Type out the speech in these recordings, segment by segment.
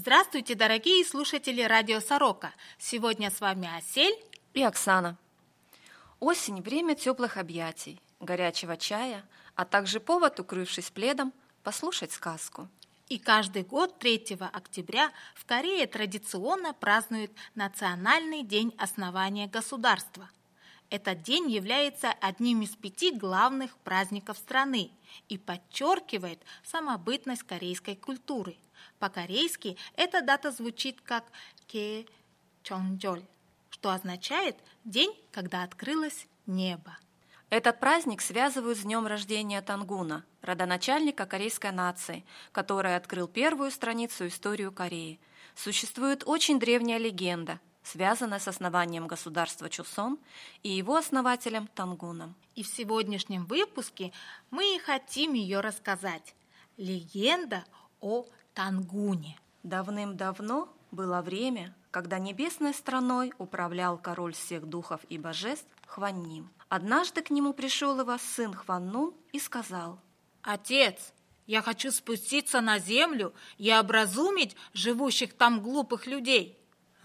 Здравствуйте, дорогие слушатели радио Сорока. Сегодня с вами Асель и Оксана. Осень – время теплых объятий, горячего чая, а также повод, укрывшись пледом, послушать сказку. И каждый год 3 октября в Корее традиционно празднуют Национальный день основания государства. Этот день является одним из 5 главных праздников страны и подчеркивает самобытность корейской культуры. По-корейски эта дата звучит как Кечонджоль, что означает «день, когда открылось небо». Этот праздник связывают с днем рождения Тангуна, родоначальника корейской нации, который открыл первую страницу истории Кореи. Существует очень древняя легенда, связанная с основанием государства Чосон и его основателем Тангуном. И в сегодняшнем выпуске мы хотим ее рассказать. Легенда о Тангуне. Давным-давно было время, когда небесной страной управлял король всех духов и божеств Хванним. Однажды к нему пришел его сын Хваннун и сказал: «Отец, я хочу спуститься на землю и образумить живущих там глупых людей».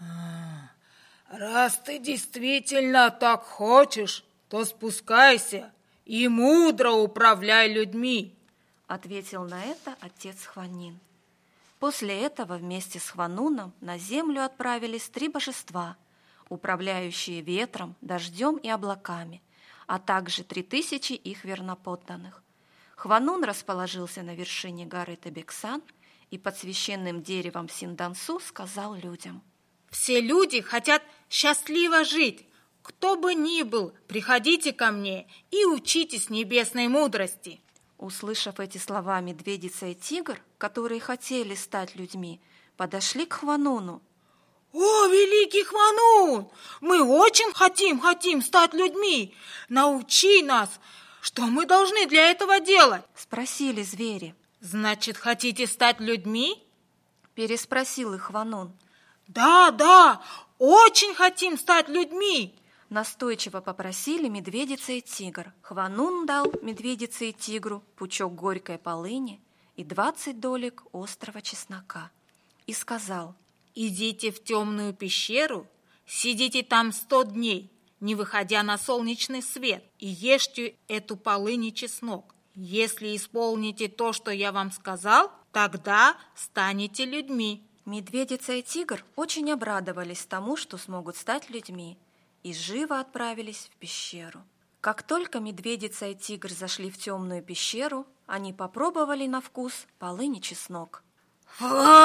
«Раз ты действительно так хочешь, то спускайся и мудро управляй людьми», — ответил на это отец Хваннин. После этого вместе с Хвануном на землю отправились 3 божества, управляющие ветром, дождем и облаками, а также 3000 их верноподданных. Хванун расположился на вершине горы Табексан и под священным деревом Синдансу сказал людям: «Все люди хотят счастливо жить. Кто бы ни был, приходите ко мне и учитесь небесной мудрости». Услышав эти слова, медведица и тигр, которые хотели стать людьми, подошли к Хвануну. «О, великий Хванун, мы очень хотим стать людьми. Научи нас, что мы должны для этого делать?» — спросили звери. «Значит, хотите стать людьми?» — переспросил их Хванун. Да, очень хотим стать людьми!» Настойчиво попросили медведица и тигр. Хванун дал медведице и тигру пучок горькой полыни и 20 долек острого чеснока и сказал: «Идите в темную пещеру, сидите там 100 дней, не выходя на солнечный свет, и ешьте эту полынь и чеснок. Если исполните то, что я вам сказал, тогда станете людьми». Медведица и тигр очень обрадовались тому, что смогут стать людьми, и живо отправились в пещеру. Как только медведица и тигр зашли в темную пещеру, они попробовали на вкус полынь и чеснок. «Фу!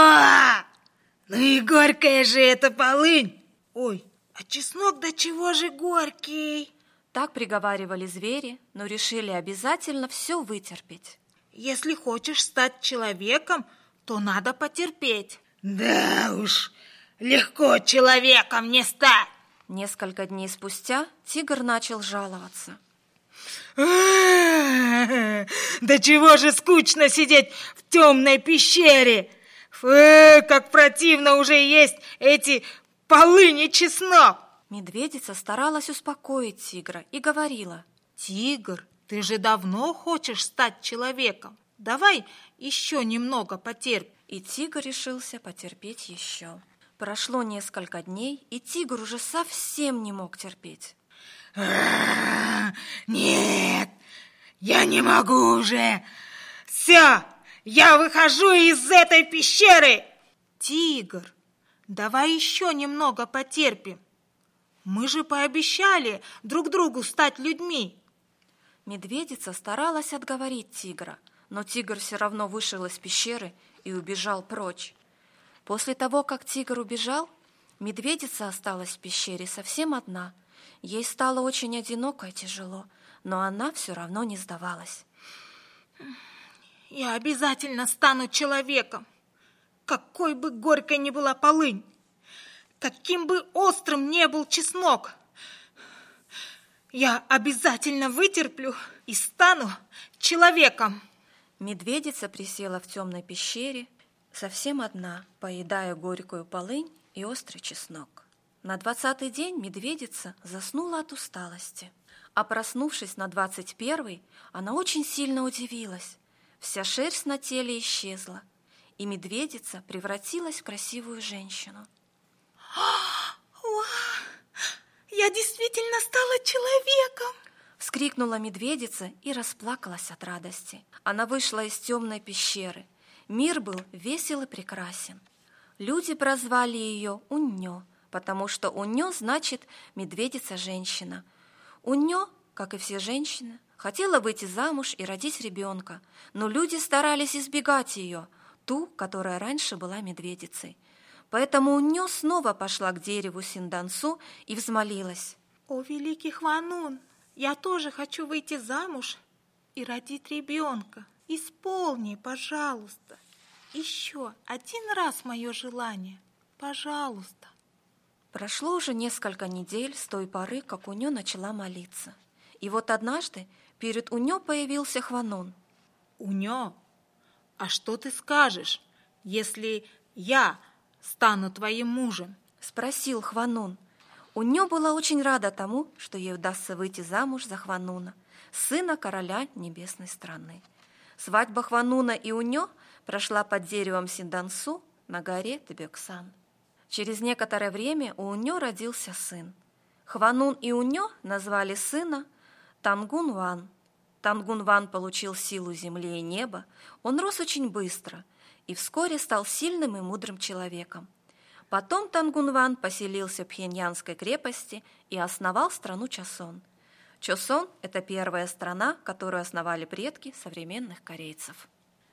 Ну и горькая же эта полынь! Ой, а чеснок до чего же горький!» Так приговаривали звери, но решили обязательно все вытерпеть. «Если хочешь стать человеком, то надо потерпеть». «Да уж, легко человеком не стать!» Несколько дней спустя тигр начал жаловаться. «Да чего же скучно сидеть в темной пещере! Фу, как противно уже есть эти полынь и чеснок!» Медведица старалась успокоить тигра и говорила: «Тигр, ты же давно хочешь стать человеком. Давай еще немного потерпим». И тигр решился потерпеть еще. Прошло несколько дней, и тигр уже совсем не мог терпеть. «Нет, я не могу уже! Все, я выхожу из этой пещеры!» «Тигр, давай еще немного потерпим. Мы же пообещали друг другу стать людьми». Медведица старалась отговорить тигра, но тигр все равно вышел из пещеры и убежал прочь. После того, как тигр убежал, медведица осталась в пещере совсем одна. Ей стало очень одиноко и тяжело, но она все равно не сдавалась. «Я обязательно стану человеком, какой бы горькой ни была полынь, каким бы острым ни был чеснок. Я обязательно вытерплю и стану человеком». Медведица присела в темной пещере, совсем одна, поедая горькую полынь и острый чеснок. На 20-й день медведица заснула от усталости, а проснувшись на 21-й, она очень сильно удивилась. Вся шерсть на теле исчезла, и медведица превратилась в красивую женщину. Я действительно стала человеком! Вскрикнула медведица и расплакалась от радости. Она вышла из темной пещеры. Мир был весел и прекрасен. Люди прозвали ее Уньо, потому что Уньо значит «медведица-женщина». Уньо, как и все женщины, хотела выйти замуж и родить ребенка, но люди старались избегать ее, ту, которая раньше была медведицей. Поэтому Уньо снова пошла к дереву Синдансу и взмолилась. О, великий Хванун, я тоже хочу выйти замуж и родить ребенка. Исполни, пожалуйста, еще один раз мое желание, пожалуйста. Прошло уже несколько недель с той поры, как Уньо начала молиться. И вот однажды перед Уньо появился Хванун. Уньо, а что ты скажешь, если я стану твоим мужем? Спросил Хванун. Уньо была очень рада тому, что ей удастся выйти замуж за Хвануна, сына короля небесной страны. Свадьба Хвануна и Уньо прошла под деревом Синдансу на горе Тебёксан. Через некоторое время у Уньо родился сын. Хванун и Уньо назвали сына Тангун-Ван. Тангун-Ван получил силу земли и неба, он рос очень быстро и вскоре стал сильным и мудрым человеком. Потом Тангун-Ван поселился в Пхеньянской крепости и основал страну Чосон. Чосон – это первая страна, которую основали предки современных корейцев.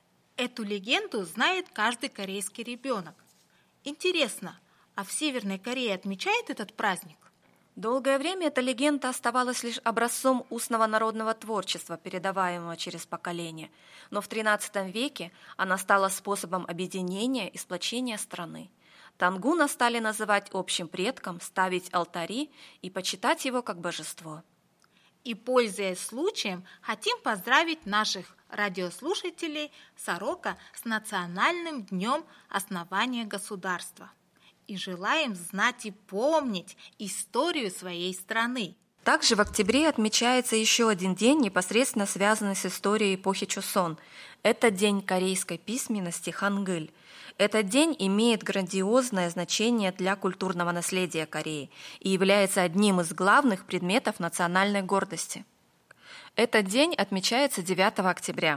Эту легенду знает каждый корейский ребенок. Интересно, а в Северной Корее отмечают этот праздник? Долгое время эта легенда оставалась лишь образцом устного народного творчества, передаваемого через поколения, но в XIII веке она стала способом объединения и сплочения страны. Тангуна стали называть общим предком, ставить алтари и почитать его как божество. И, пользуясь случаем, хотим поздравить наших радиослушателей Сорока с Национальным днем основания государства. И желаем знать и помнить историю своей страны. Также в октябре отмечается еще один день, непосредственно связанный с историей эпохи Чосон. Это день корейской письменности Хангыль. Этот день имеет грандиозное значение для культурного наследия Кореи и является одним из главных предметов национальной гордости. Этот день отмечается 9 октября.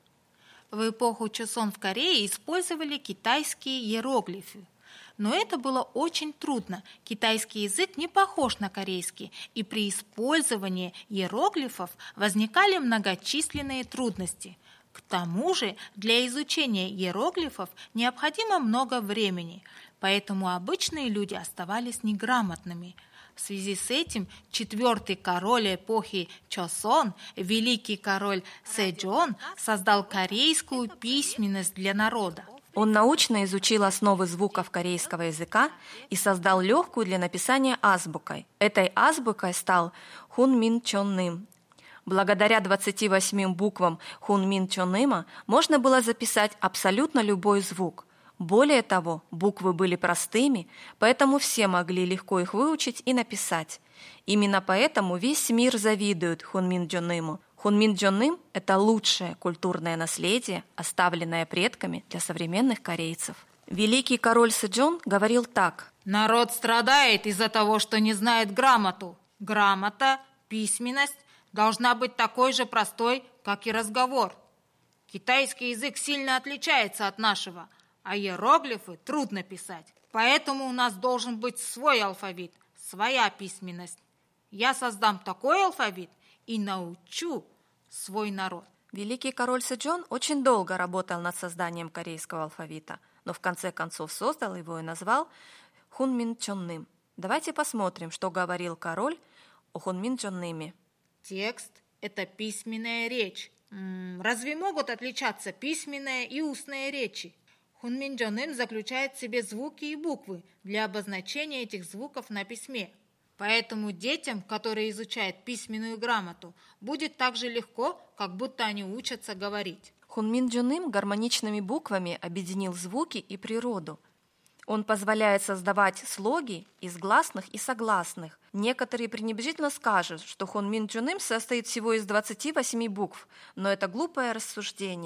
В эпоху Чосон в Корее использовали китайские иероглифы. Но это было очень трудно. Китайский язык не похож на корейский, и при использовании иероглифов возникали многочисленные трудности. К тому же для изучения иероглифов необходимо много времени, поэтому обычные люди оставались неграмотными. В связи с этим 4-й король эпохи Чосон, великий король Сэджон, создал корейскую письменность для народа. Он научно изучил основы звуков корейского языка и создал легкую для написания азбукой. Этой азбукой стал Хунминчонным. Благодаря 28 буквам Хунминчоныма можно было записать абсолютно любой звук. Более того, буквы были простыми, поэтому все могли легко их выучить и написать. Именно поэтому весь мир завидует Хунминчоныму. Хунминчоным – это лучшее культурное наследие, оставленное предками для современных корейцев. Великий король Сэджон говорил так. Народ страдает из-за того, что не знает грамоту. Грамота, письменность должна быть такой же простой, как и разговор. Китайский язык сильно отличается от нашего, а иероглифы трудно писать. Поэтому у нас должен быть свой алфавит, своя письменность. Я создам такой алфавит и научу свой народ. Великий король Сэджон очень долго работал над созданием корейского алфавита, но в конце концов создал его и назвал Хунминчоным. Давайте посмотрим, что говорил король о Хунминчоныме. Текст – это письменная речь. Разве могут отличаться письменная и устная речи? Хунминчоным заключает в себе звуки и буквы для обозначения этих звуков на письме. Поэтому детям, которые изучают письменную грамоту, будет так же легко, как будто они учатся говорить. Хунминчоным гармоничными буквами объединил звуки и природу. Он позволяет создавать слоги из гласных и согласных. Некоторые пренебрежительно скажут, что Хунминчоным состоит всего из 28 букв, но это глупое рассуждение.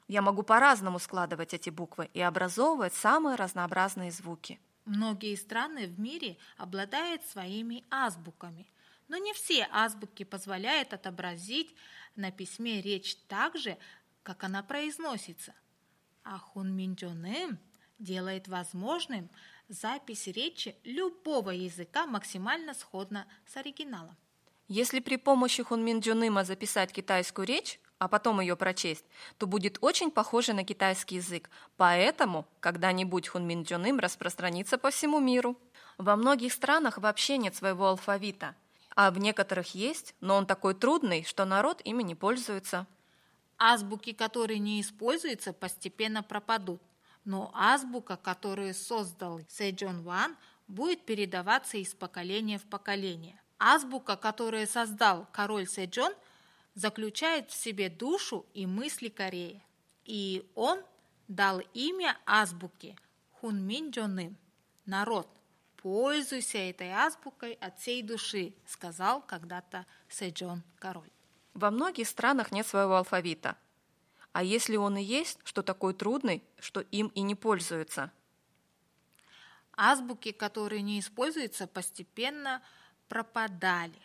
Я могу по-разному складывать эти буквы и образовывать самые разнообразные звуки. Многие страны в мире обладают своими азбуками, но не все азбуки позволяют отобразить на письме речь так же, как она произносится. А Хунминчжонным делает возможным запись речи любого языка максимально сходно с оригиналом. Если при помощи Хунминчжоныма записать китайскую речь, а потом ее прочесть, то будет очень похоже на китайский язык, поэтому когда-нибудь Хунминчжоным распространится по всему миру. Во многих странах вообще нет своего алфавита, а в некоторых есть, но он такой трудный, что народ ими не пользуется. Азбуки, которые не используются, постепенно пропадут, но азбука, которую создал Сэджон Ван, будет передаваться из поколения в поколение. Азбука, которую создал король Сэджон, заключает в себе душу и мысли Кореи. И он дал имя азбуке Хунминчжоным. Народ, пользуйся этой азбукой от всей души, сказал когда-то Сэджон король. Во многих странах нет своего алфавита. А если он и есть, что такой трудный, что им и не пользуются? Азбуки, которые не используются, постепенно пропадали.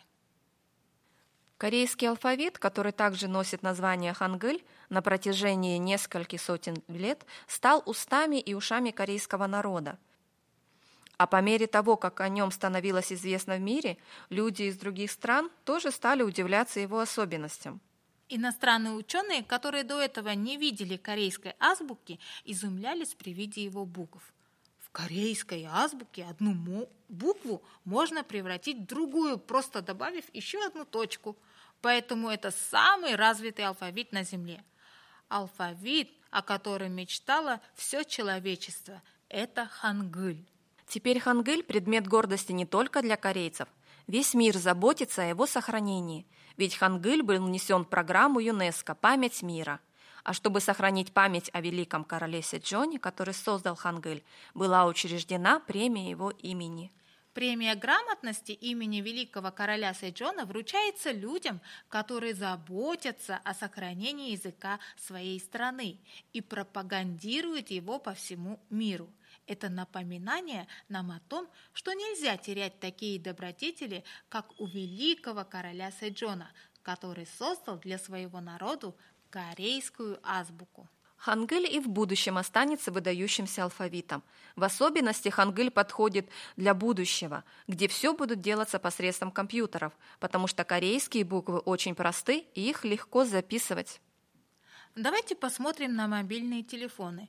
Корейский алфавит, который также носит название хангыль, на протяжении нескольких сотен лет стал устами и ушами корейского народа. А по мере того, как о нем становилось известно в мире, люди из других стран тоже стали удивляться его особенностям. Иностранные ученые, которые до этого не видели корейской азбуки, изумлялись при виде его букв. В корейской азбуке одну букву можно превратить в другую, просто добавив еще одну точку. Поэтому это самый развитый алфавит на Земле. Алфавит, о котором мечтало все человечество, это хангыль. Теперь хангыль – предмет гордости не только для корейцев. Весь мир заботится о его сохранении, ведь хангыль был внесен в программу ЮНЕСКО «Память мира». А чтобы сохранить память о великом короле Сэджоне, который создал хангыль, была учреждена премия его имени. Премия грамотности имени великого короля Сэджона вручается людям, которые заботятся о сохранении языка своей страны и пропагандируют его по всему миру. Это напоминание нам о том, что нельзя терять такие добродетели, как у великого короля Сэджона, который создал для своего народа корейскую азбуку. Хангыль и в будущем останется выдающимся алфавитом. В особенности хангыль подходит для будущего, где все будут делаться посредством компьютеров, потому что корейские буквы очень просты и их легко записывать. Давайте посмотрим на мобильные телефоны.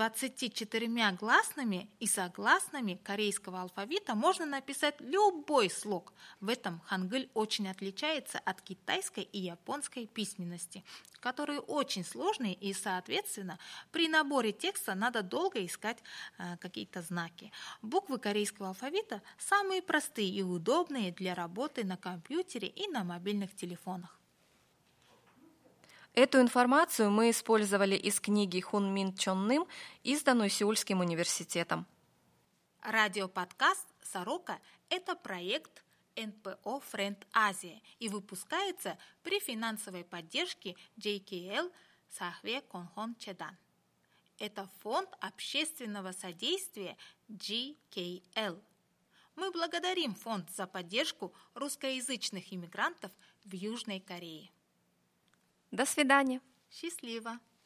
24 гласными и согласными корейского алфавита можно написать любой слог. В этом хангыль очень отличается от китайской и японской письменности, которые очень сложные и, соответственно, при наборе текста надо долго искать какие-то знаки. Буквы корейского алфавита самые простые и удобные для работы на компьютере и на мобильных телефонах. Эту информацию мы использовали из книги Хунминчжоным, изданной Сеульским университетом. Радиоподкаст «Сорока» – это проект НПО «Френд Азия» и выпускается при финансовой поддержке JKL Сахве Конхон Чедан. Это фонд общественного содействия GKL. Мы благодарим фонд за поддержку русскоязычных иммигрантов в Южной Корее. До свидания. Счастливо!